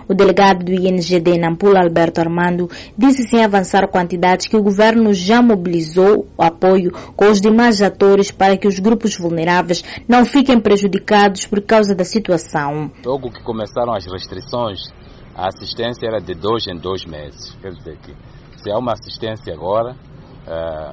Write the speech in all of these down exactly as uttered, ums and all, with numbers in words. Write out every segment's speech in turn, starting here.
O delegado do I N G D em Nampula, Alberto Armando, disse sem avançar quantidades que o governo já mobilizou o apoio com os demais atores para que os grupos vulneráveis não fiquem prejudicados por causa da situação. Logo que começaram as restrições, a assistência era de dois em dois meses. Quer dizer que se há uma assistência agora, uh,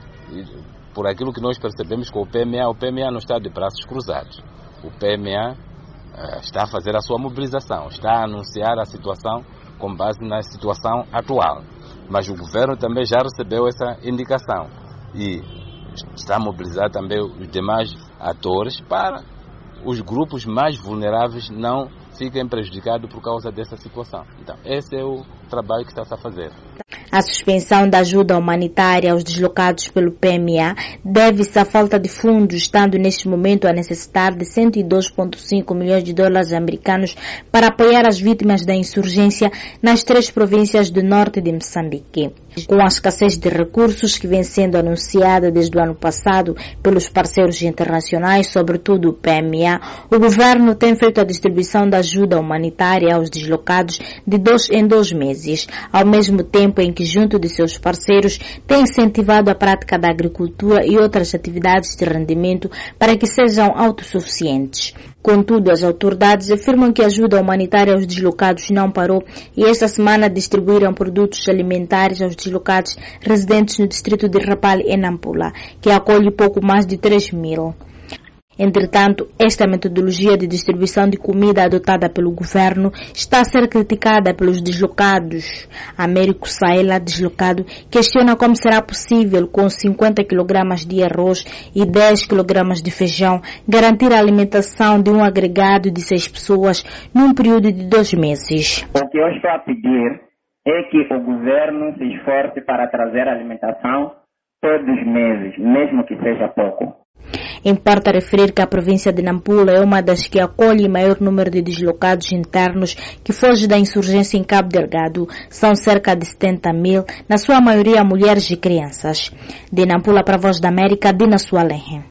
por aquilo que nós percebemos com o P M A, o P M A não está de braços cruzados. O P M A uh, está a fazer a sua mobilização, está a anunciar a situação com base na situação atual. Mas o governo também já recebeu essa indicação e está a mobilizar também os demais atores para os grupos mais vulneráveis não fiquem prejudicados por causa dessa situação. Então, esse é o trabalho que está-se a fazer. A suspensão da ajuda humanitária aos deslocados pelo P M A deve-se à falta de fundos, estando neste momento a necessitar de cento e dois vírgula cinco milhões de dólares americanos para apoiar as vítimas da insurgência nas três províncias do norte de Moçambique. Com a escassez de recursos que vem sendo anunciada desde o ano passado pelos parceiros internacionais, sobretudo o P M A, o governo tem feito a distribuição da ajuda humanitária aos deslocados de dois em dois meses, ao mesmo tempo em que, junto de seus parceiros, tem incentivado a prática da agricultura e outras atividades de rendimento para que sejam autossuficientes. Contudo, as autoridades afirmam que a ajuda humanitária aos deslocados não parou e esta semana distribuíram produtos alimentares aos deslocados residentes no distrito de Rapalli, em Nampula, que acolhe pouco mais de três mil. Entretanto, esta metodologia de distribuição de comida adotada pelo governo está a ser criticada pelos deslocados. Américo Saela, deslocado, questiona como será possível, com cinquenta quilogramas de arroz e dez quilogramas de feijão, garantir a alimentação de um agregado de seis pessoas num período de dois meses. O que eu estou a pedir é que o governo se esforce para trazer alimentação todos os meses, mesmo que seja pouco. Importa referir que a província de Nampula é uma das que acolhe o maior número de deslocados internos que fogem da insurgência em Cabo Delgado. São cerca de setenta mil, na sua maioria mulheres e crianças. De Nampula para a Voz da América, Dina Sualenhe.